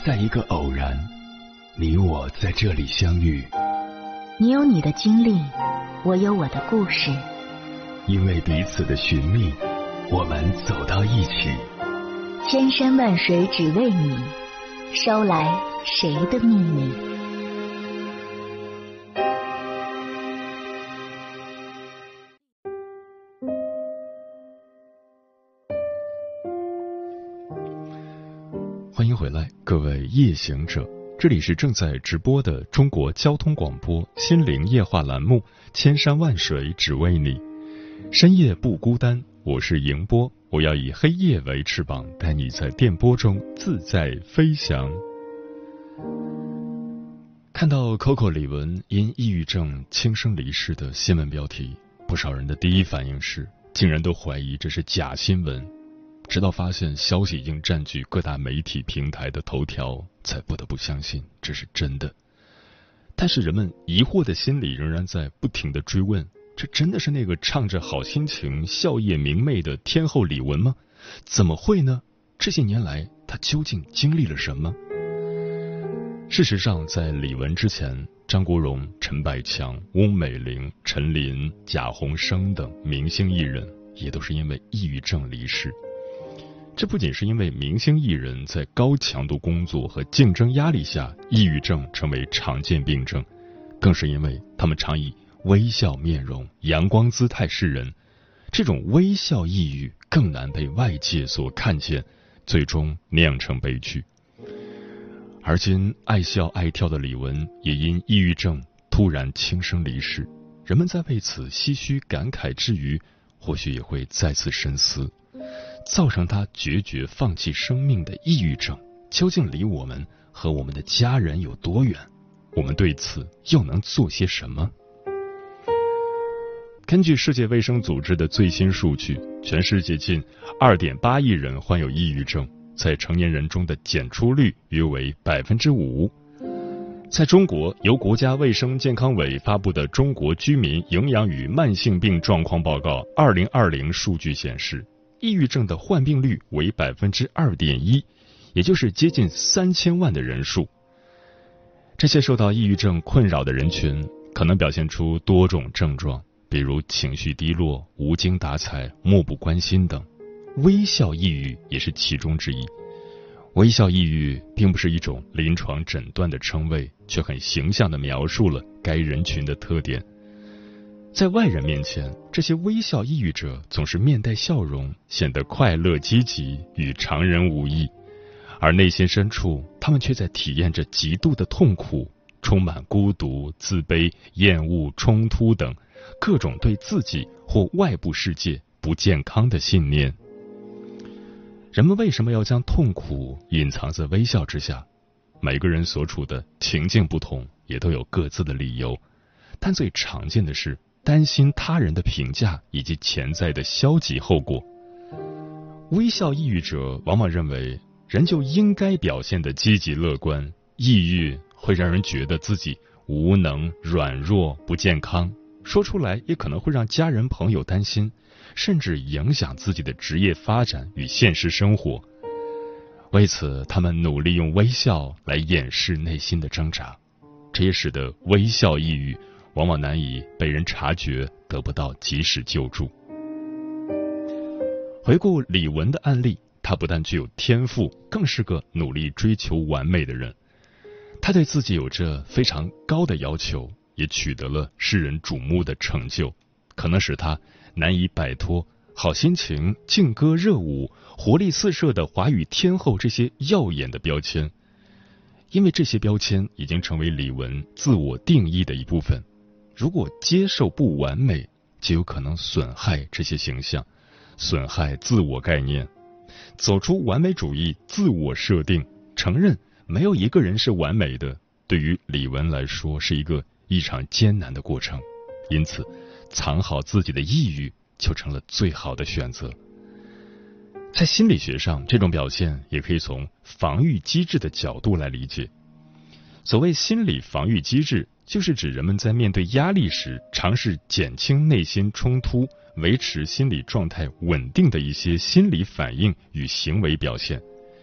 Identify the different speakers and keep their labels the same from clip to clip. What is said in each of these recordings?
Speaker 1: 在一个偶然，你我在这里相遇。
Speaker 2: 你有你的经历，我有我的故事。
Speaker 1: 因为彼此的寻觅，我们走到一起。
Speaker 2: 千山万水只为你，捎来谁的秘密？
Speaker 3: 欢迎回来，各位夜行者，这里是正在直播的中国交通广播心灵夜话栏目《千山万水只为你》，深夜不孤单，我是迎波，我要以黑夜为翅膀，带你在电波中自在飞翔。看到 Coco 李玟因抑郁症轻生离世的新闻标题，不少人的第一反应是，竟然都怀疑这是假新闻。直到发现消息已经占据各大媒体平台的头条，才不得不相信这是真的。但是人们疑惑的心理仍然在不停地追问，这真的是那个唱着好心情笑靥明媚的天后李玟吗？怎么会呢？这些年来她究竟经历了什么？事实上，在李玟之前，张国荣、陈百强、翁美玲、陈琳、贾宏声等明星艺人也都是因为抑郁症离世。这不仅是因为明星艺人在高强度工作和竞争压力下，抑郁症成为常见病症，更是因为他们常以微笑面容、阳光姿态示人，这种微笑抑郁更难被外界所看见，最终酿成悲剧。而今爱笑爱跳的李玟也因抑郁症突然轻生离世，人们在为此唏嘘感慨之余，或许也会再次深思，造成他决绝放弃生命的抑郁症究竟离我们和我们的家人有多远？我们对此又能做些什么？根据世界卫生组织的最新数据，全世界近 2.8 亿人患有抑郁症，在成年人中的检出率约为 5%。 在中国，由国家卫生健康委发布的《中国居民营养与慢性病状况报告2020》数据显示，抑郁症的患病率为 2.1%， 也就是接近3000万的人数。这些受到抑郁症困扰的人群可能表现出多种症状，比如情绪低落、无精打采、漠不关心等，微笑抑郁也是其中之一。微笑抑郁并不是一种临床诊断的称谓，却很形象地描述了该人群的特点。在外人面前，这些微笑抑郁者总是面带笑容，显得快乐积极，与常人无异，而内心深处，他们却在体验着极度的痛苦，充满孤独、自卑、厌恶、冲突等各种对自己或外部世界不健康的信念。人们为什么要将痛苦隐藏在微笑之下？每个人所处的情境不同，也都有各自的理由，但最常见的是担心他人的评价以及潜在的消极后果。微笑抑郁者往往认为人就应该表现得积极乐观，抑郁会让人觉得自己无能、软弱、不健康，说出来也可能会让家人朋友担心，甚至影响自己的职业发展与现实生活。为此，他们努力用微笑来掩饰内心的挣扎，这也使得微笑抑郁往往难以被人察觉，得不到及时救助。回顾李玟的案例，她不但具有天赋，更是个努力追求完美的人。她对自己有着非常高的要求，也取得了世人瞩目的成就，可能使她难以摆脱好心情、劲歌热舞、活力四射的华语天后这些耀眼的标签。因为这些标签已经成为李玟自我定义的一部分，如果接受不完美，就有可能损害这些形象，损害自我概念。走出完美主义自我设定，承认没有一个人是完美的，对于李玟来说是一个异常艰难的过程，因此藏好自己的抑郁就成了最好的选择。在心理学上，这种表现也可以从防御机制的角度来理解。所谓心理防御机制，就是指人们在面对压力时，尝试减轻内心冲突，维持心理状态稳定的一些心理反应与行为表现。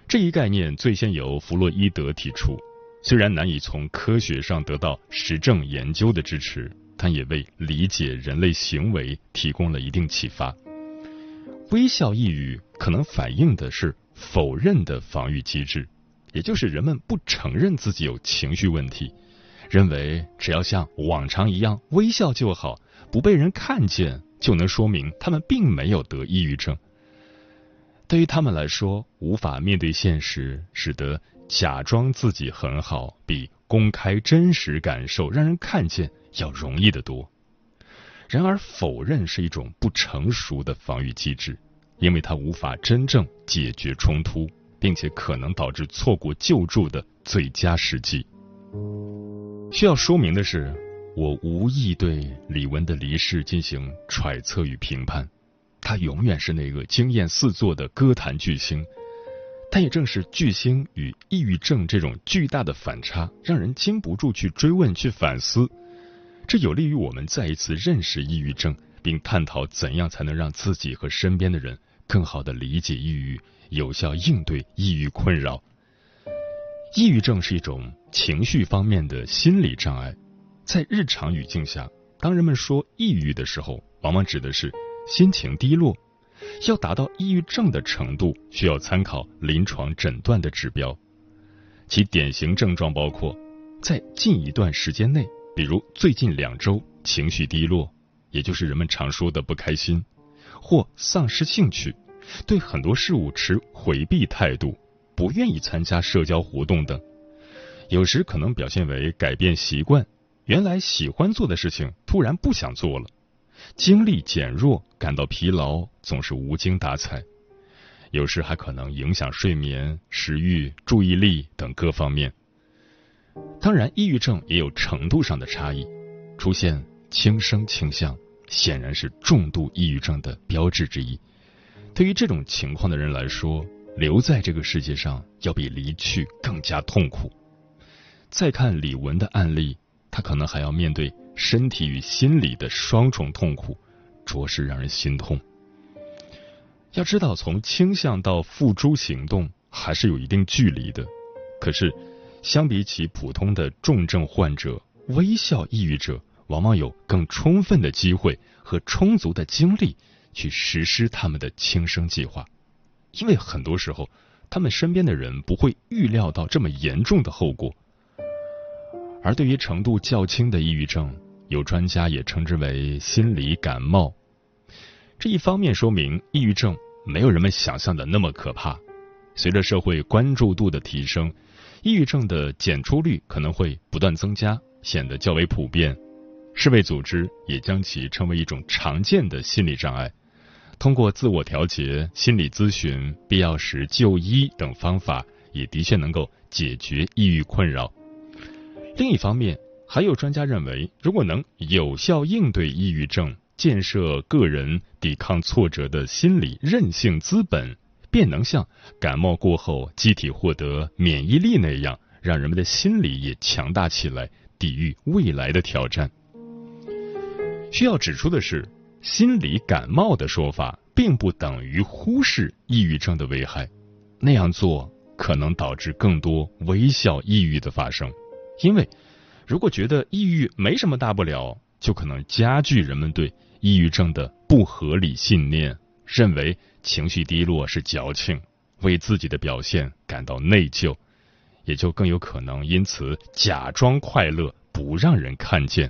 Speaker 3: 这一概念最先由弗洛伊德提出，虽然难以从科学上得到实证研究的支持，但也为理解人类行为提供了一定启发。微笑抑郁可能反映的是否认的防御机制，也就是人们不承认自己有情绪问题，认为只要像往常一样微笑就好，不被人看见就能说明他们并没有得抑郁症。对于他们来说，无法面对现实，使得假装自己很好比公开真实感受让人看见要容易得多。然而否认是一种不成熟的防御机制，因为它无法真正解决冲突，并且可能导致错过救助的最佳时机。需要说明的是，我无意对李玟的离世进行揣测与评判，他永远是那个惊艳四座的歌坛巨星，但也正是巨星与抑郁症这种巨大的反差，让人禁不住去追问、去反思。这有利于我们再一次认识抑郁症，并探讨怎样才能让自己和身边的人更好地理解抑郁，有效应对抑郁困扰。抑郁症是一种情绪方面的心理障碍，在日常语境下，当人们说抑郁的时候，往往指的是心情低落。要达到抑郁症的程度，需要参考临床诊断的指标。其典型症状包括在近一段时间内，比如最近2周情绪低落，也就是人们常说的不开心，或丧失兴趣，对很多事物持回避态度，不愿意参加社交活动等。有时可能表现为改变习惯，原来喜欢做的事情突然不想做了，精力减弱，感到疲劳，总是无精打采。有时还可能影响睡眠、食欲、注意力等各方面。当然，抑郁症也有程度上的差异，出现轻生倾向显然是重度抑郁症的标志之一。对于这种情况的人来说，留在这个世界上要比离去更加痛苦。再看李玟的案例，他可能还要面对身体与心理的双重痛苦，着实让人心痛。要知道，从倾向到付诸行动还是有一定距离的。可是，相比起普通的重症患者，微笑抑郁者往往有更充分的机会和充足的精力去实施他们的轻生计划，因为很多时候，他们身边的人不会预料到这么严重的后果。而对于程度较轻的抑郁症，有专家也称之为心理感冒。这一方面说明抑郁症没有人们想象的那么可怕。随着社会关注度的提升，抑郁症的检出率可能会不断增加，显得较为普遍。世卫组织也将其称为一种常见的心理障碍。通过自我调节、心理咨询、必要时就医等方法，也的确能够解决抑郁困扰。另一方面，还有专家认为，如果能有效应对抑郁症，建设个人抵抗挫折的心理韧性资本，便能像感冒过后机体获得免疫力那样，让人们的心理也强大起来，抵御未来的挑战。需要指出的是，心理感冒的说法并不等于忽视抑郁症的危害，那样做可能导致更多微笑抑郁的发生。因为如果觉得抑郁没什么大不了，就可能加剧人们对抑郁症的不合理信念，认为情绪低落是矫情，为自己的表现感到内疚，也就更有可能因此假装快乐，不让人看见。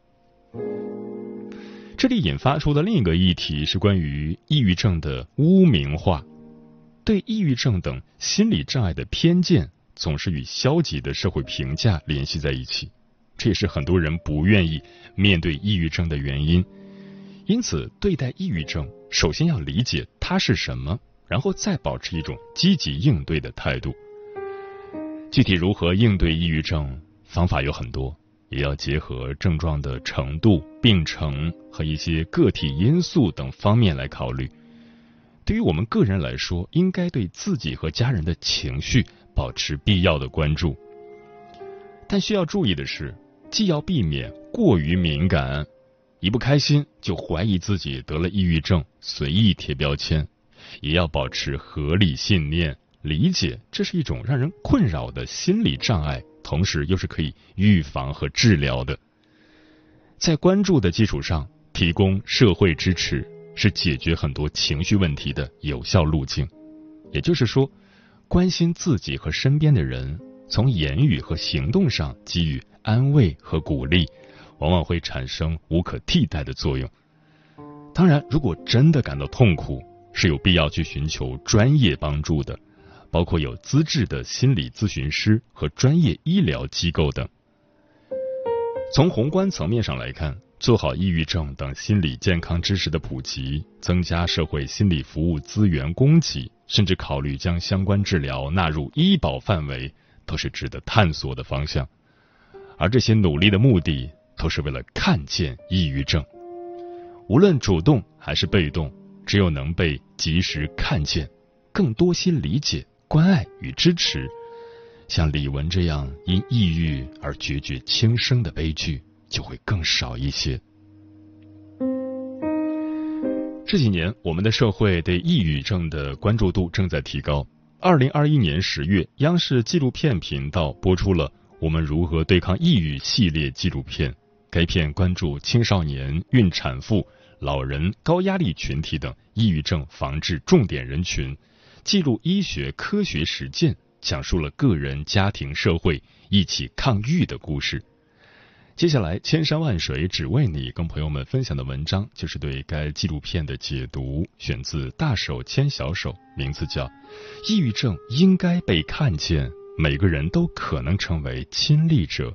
Speaker 3: 这里引发出的另一个议题是关于抑郁症的污名化。对抑郁症等心理障碍的偏见总是与消极的社会评价联系在一起，这也是很多人不愿意面对抑郁症的原因。因此，对待抑郁症，首先要理解它是什么，然后再保持一种积极应对的态度。具体如何应对抑郁症，方法有很多，也要结合症状的程度、病程和一些个体因素等方面来考虑。对于我们个人来说，应该对自己和家人的情绪保持必要的关注。但需要注意的是，既要避免过于敏感，一不开心就怀疑自己得了抑郁症，随意贴标签，也要保持合理信念， 理解，这是一种让人困扰的心理障碍，同时又是可以预防和治疗的。在关注的基础上，提供社会支持，是解决很多情绪问题的有效路径。也就是说，关心自己和身边的人，从言语和行动上给予安慰和鼓励，往往会产生无可替代的作用。当然，如果真的感到痛苦，是有必要去寻求专业帮助的，包括有资质的心理咨询师和专业医疗机构等。从宏观层面上来看，做好抑郁症等心理健康知识的普及，增加社会心理服务资源供给，甚至考虑将相关治疗纳入医保范围，都是值得探索的方向。而这些努力的目的，都是为了看见抑郁症。无论主动还是被动，只有能被及时看见，更多些理解、关爱与支持，像李玟这样因抑郁而决绝轻生的悲剧就会更少一些。这几年，我们的社会对抑郁症的关注度正在提高。2021年10月，央视纪录片频道播出了《我们如何对抗抑郁》系列纪录片。该片关注青少年、孕产妇、老人、高压力群体等抑郁症防治重点人群，记录医学科学实践，讲述了个人、家庭、社会一起抗抑郁的故事。接下来，千山万水只为你跟朋友们分享的文章，就是对该纪录片的解读，选自大手牵小手，名字叫《抑郁症应该被看见》，每个人都可能成为亲历者。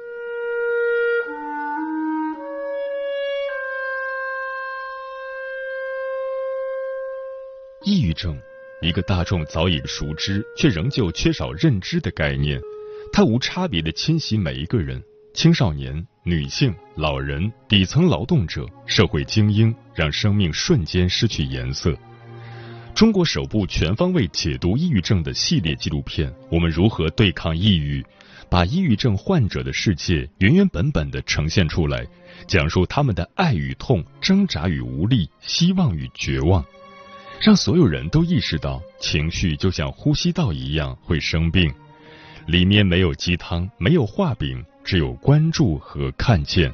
Speaker 3: 抑郁症，一个大众早已熟知却仍旧缺少认知的概念，它无差别地侵袭每一个人，青少年、女性、老人、底层劳动者、社会精英，让生命瞬间失去颜色。中国首部全方位解读抑郁症的系列纪录片《我们如何对抗抑郁》，把抑郁症患者的世界原原本本地呈现出来，讲述他们的爱与痛、挣扎与无力、希望与绝望，让所有人都意识到情绪就像呼吸道一样会生病，里面没有鸡汤，没有画饼，只有关注和看见。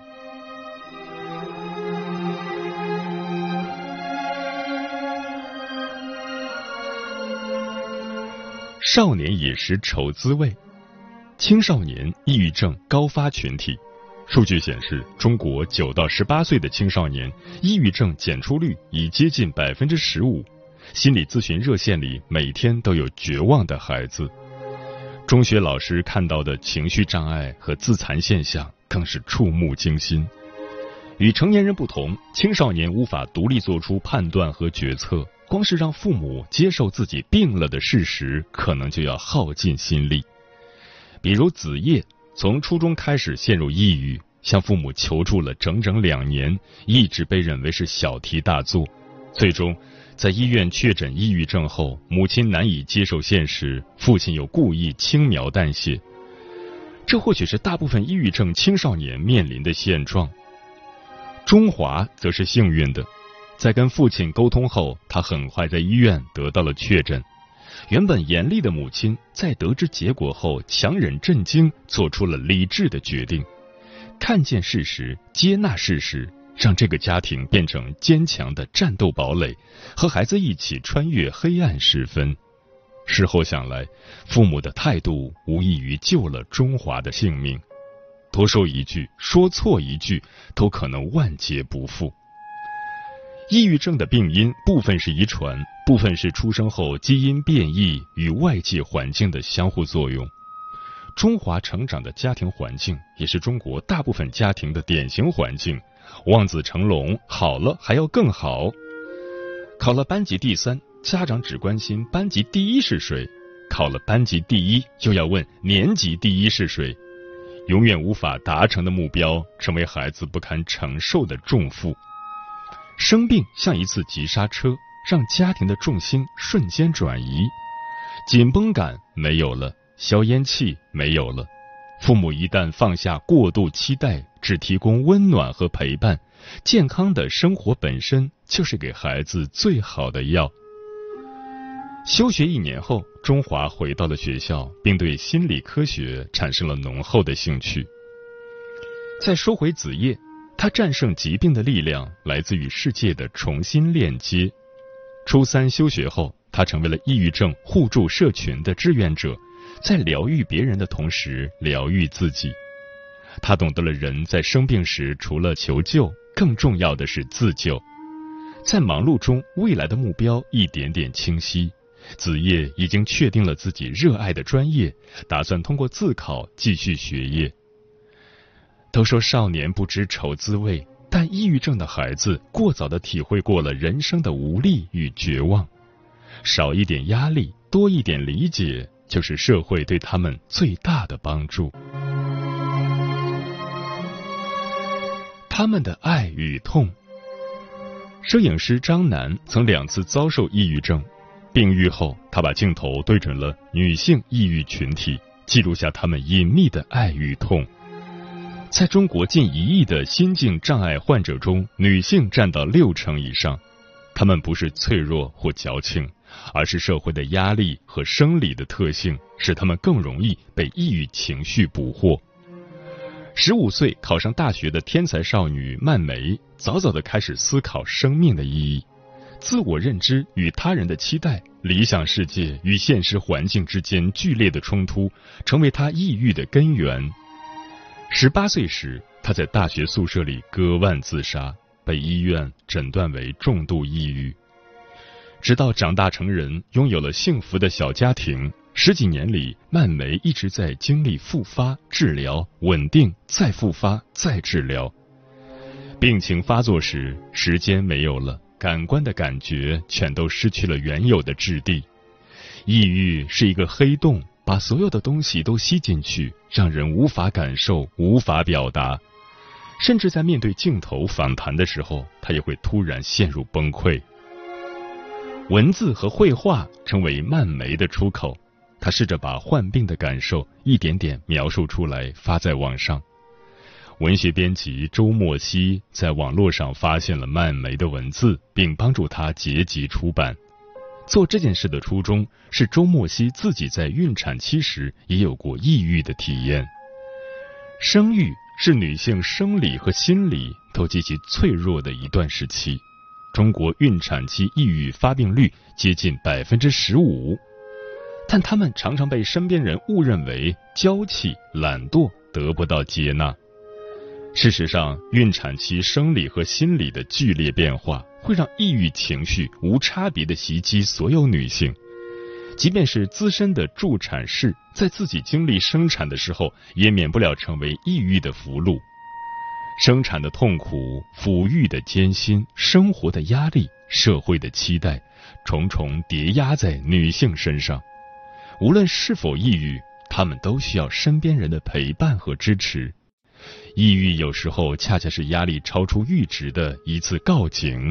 Speaker 3: 少年也识愁滋味，青少年抑郁症高发群体。数据显示，中国9到18岁的青少年抑郁症检出率已接近15%，心理咨询热线里每天都有绝望的孩子。中学老师看到的情绪障碍和自残现象更是触目惊心。与成年人不同，青少年无法独立做出判断和决策，光是让父母接受自己病了的事实，可能就要耗尽心力。比如子夜从初中开始陷入抑郁，向父母求助了整整2年，一直被认为是小题大做。最终在医院确诊抑郁症后，母亲难以接受现实，父亲又故意轻描淡写。这或许是大部分抑郁症青少年面临的现状。钟华则是幸运的，在跟父亲沟通后，他很快在医院得到了确诊。原本严厉的母亲在得知结果后强忍震惊，做出了理智的决定，看见事实，接纳事实，让这个家庭变成坚强的战斗堡垒，和孩子一起穿越黑暗时分。事后想来，父母的态度无异于救了钟华的性命。多说一句，说错一句，都可能万劫不复。抑郁症的病因部分是遗传，部分是出生后基因变异与外界环境的相互作用。钟华成长的家庭环境也是中国大部分家庭的典型环境，望子成龙，好了还要更好。考了班级第3，家长只关心班级第1是谁；考了班级第1，又要问年级第1是谁。永远无法达成的目标，成为孩子不堪承受的重负。生病像一次急刹车，让家庭的重心瞬间转移，紧绷感没有了，消烟器没有了。父母一旦放下过度期待，只提供温暖和陪伴，健康的生活本身就是给孩子最好的药。 休学1年后，中华回到了学校，并对心理科学产生了浓厚的兴趣。再说回子夜，他战胜疾病的力量来自于世界的重新链接。初3休学后，他成为了抑郁症互助社群的志愿者，在疗愈别人的同时疗愈自己。他懂得了人在生病时除了求救，更重要的是自救。在忙碌中，未来的目标一点点清晰。子夜已经确定了自己热爱的专业，打算通过自考继续学业。都说少年不知愁滋味，但抑郁症的孩子过早地体会过了人生的无力与绝望。少一点压力，多一点理解，就是社会对他们最大的帮助。他们的爱与痛。摄影师张楠曾2次遭受抑郁症，病愈后，他把镜头对准了女性抑郁群体，记录下他们隐秘的爱与痛。在中国近1亿的心境障碍患者中，女性占到60%以上。她们不是脆弱或矫情，而是社会的压力和生理的特性，使她们更容易被抑郁情绪捕获。15岁考上大学的天才少女曼梅，早早地开始思考生命的意义。自我认知与他人的期待，理想世界与现实环境之间剧烈的冲突，成为她抑郁的根源。18岁时，她在大学宿舍里割腕自杀，被医院诊断为重度抑郁。直到长大成人，拥有了幸福的小家庭，10几年里，曼梅一直在经历复发、治疗、稳定、再复发、再治疗。病情发作时，时间没有了，感官的感觉全都失去了原有的质地。抑郁是一个黑洞，把所有的东西都吸进去，让人无法感受，无法表达。甚至在面对镜头访谈的时候，他也会突然陷入崩溃。文字和绘画成为曼梅的出口，他试着把患病的感受一点点描述出来，发在网上。文学编辑周莫西在网络上发现了曼梅的文字，并帮助他结集出版。做这件事的初衷是周莫西自己在孕产期时也有过抑郁的体验。生育是女性生理和心理都极其脆弱的一段时期，中国孕产期抑郁发病率接近15%，但他们常常被身边人误认为娇气、懒惰，得不到接纳。事实上，孕产期生理和心理的剧烈变化会让抑郁情绪无差别地袭击所有女性。即便是资深的助产士，在自己经历生产的时候，也免不了成为抑郁的俘虏。生产的痛苦、抚育的艰辛、生活的压力、社会的期待，重重叠压在女性身上。无论是否抑郁，她们都需要身边人的陪伴和支持。抑郁有时候恰恰是压力超出阈值的一次告警。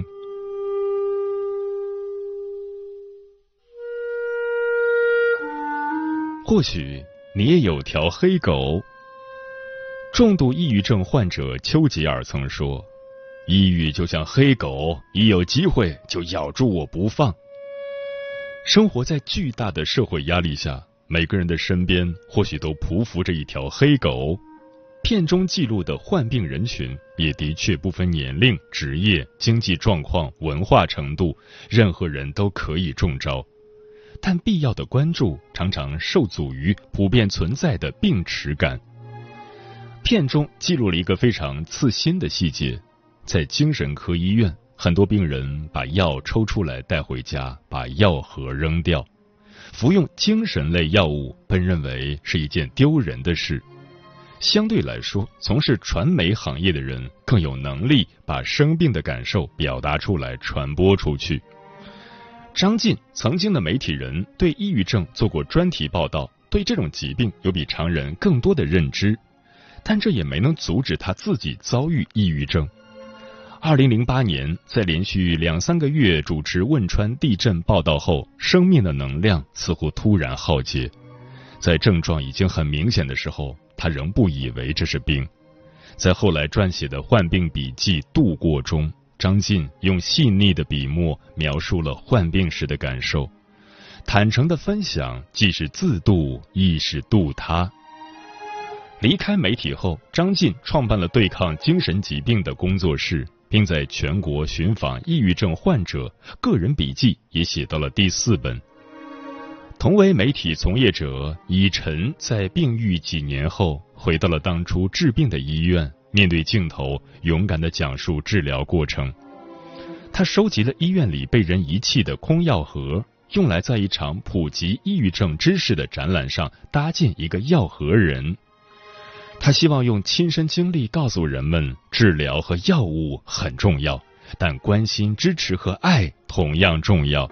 Speaker 3: 或许你也有条黑狗。重度抑郁症患者丘吉尔曾说，抑郁就像黑狗，一有机会就咬住我不放。生活在巨大的社会压力下，每个人的身边或许都匍匐着一条黑狗。片中记录的患病人群也的确不分年龄、职业、经济状况、文化程度，任何人都可以中招。但必要的关注常常受阻于普遍存在的病耻感。片中记录了一个非常刺心的细节，在精神科医院，很多病人把药抽出来带回家，把药盒扔掉。服用精神类药物被认为是一件丢人的事。相对来说，从事传媒行业的人更有能力把生病的感受表达出来，传播出去。张晋，曾经的媒体人，对抑郁症做过专题报道，对这种疾病有比常人更多的认知，但这也没能阻止他自己遭遇抑郁症。2008年，在连续2-3个月主持汶川地震报道后，生命的能量似乎突然耗竭，在症状已经很明显的时候，他仍不以为这是病。在后来撰写的患病笔记《度过》中，张晋用细腻的笔墨描述了患病时的感受。 坦诚的分享既是自度，亦是度他。离开媒体后，张晋创办了对抗精神疾病的工作室，并在全国寻访抑郁症患者，个人笔记也写到了第4本。同为媒体从业者，以晨在病愈几年后，回到了当初治病的医院，面对镜头，勇敢地讲述治疗过程。他收集了医院里被人遗弃的空药盒，用来在一场普及抑郁症知识的展览上搭建一个药盒人。他希望用亲身经历告诉人们，治疗和药物很重要，但关心、支持和爱同样重要。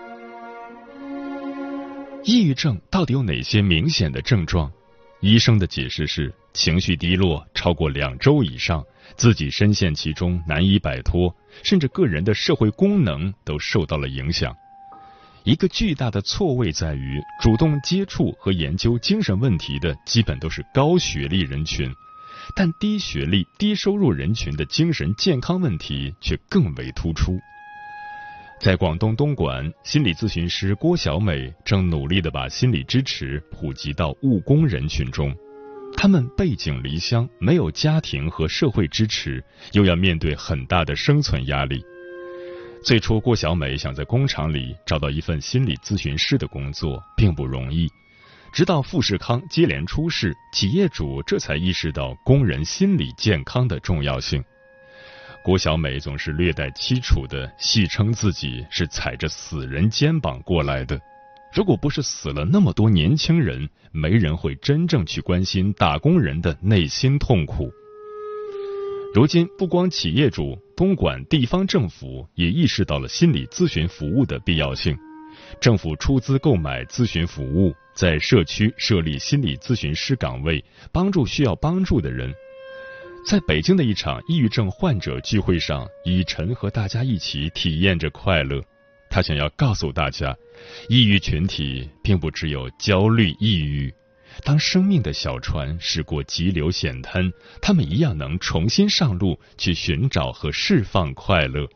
Speaker 3: 抑郁症到底有哪些明显的症状？医生的解释是，情绪低落超过2周以上，自己深陷其中难以摆脱，甚至个人的社会功能都受到了影响。一个巨大的错位在于，主动接触和研究精神问题的基本都是高学历人群，但低学历、低收入人群的精神健康问题却更为突出。在广东东莞，心理咨询师郭小美正努力地把心理支持普及到务工人群中。他们背井离乡，没有家庭和社会支持，又要面对很大的生存压力。最初，郭小美想在工厂里找到一份心理咨询师的工作，并不容易。直到富士康接连出事，企业主这才意识到工人心理健康的重要性。郭小美总是略带凄楚地戏称自己是踩着死人肩膀过来的。如果不是死了那么多年轻人，没人会真正去关心打工人的内心痛苦。如今，不光企业主，东莞地方政府也意识到了心理咨询服务的必要性。政府出资购买咨询服务，在社区设立心理咨询师岗位，帮助需要帮助的人。在北京的一场抑郁症患者聚会上，以晨和大家一起体验着快乐。他想要告诉大家，抑郁群体并不只有焦虑、抑郁。当生命的小船驶过急流险滩，他们一样能重新上路，去寻找和释放快乐。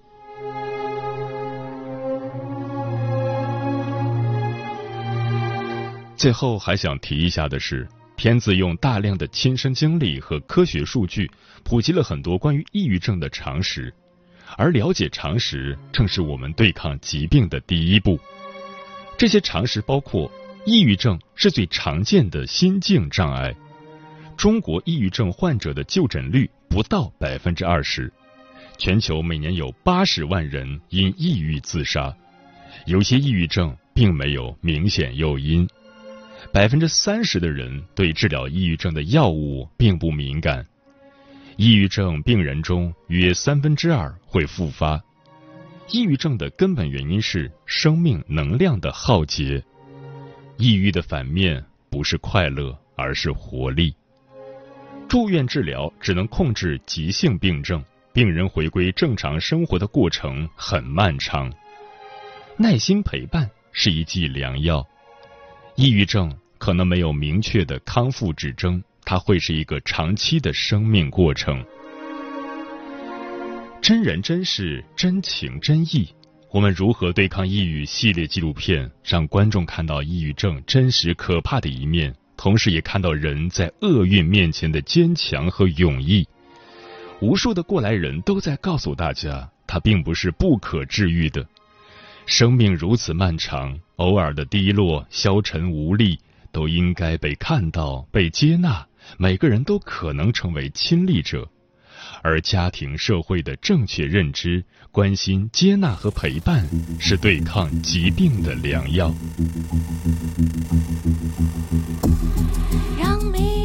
Speaker 3: 最后还想提一下的是，片子用大量的亲身经历和科学数据，普及了很多关于抑郁症的常识，而了解常识正是我们对抗疾病的第一步。这些常识包括，抑郁症是最常见的心境障碍，中国抑郁症患者的就诊率不到 20%， 全球每年有80万人因抑郁自杀，有些抑郁症并没有明显诱因，30%的人对治疗抑郁症的药物并不敏感，抑郁症病人中约2/3会复发。抑郁症的根本原因是生命能量的耗竭。抑郁的反面不是快乐，而是活力。住院治疗只能控制急性病症，病人回归正常生活的过程很漫长。耐心陪伴是一剂良药。抑郁症可能没有明确的康复指征，它会是一个长期的生命过程。真人真事，真情真意。我们如何对抗抑郁系列纪录片，让观众看到抑郁症真实可怕的一面，同时也看到人在厄运面前的坚强和勇毅。无数的过来人都在告诉大家，它并不是不可治愈的。生命如此漫长，偶尔的低落、消沉无力都应该被看到、被接纳，每个人都可能成为亲历者。而家庭社会的正确认知、关心、接纳和陪伴，是对抗疾病的良药。
Speaker 4: 让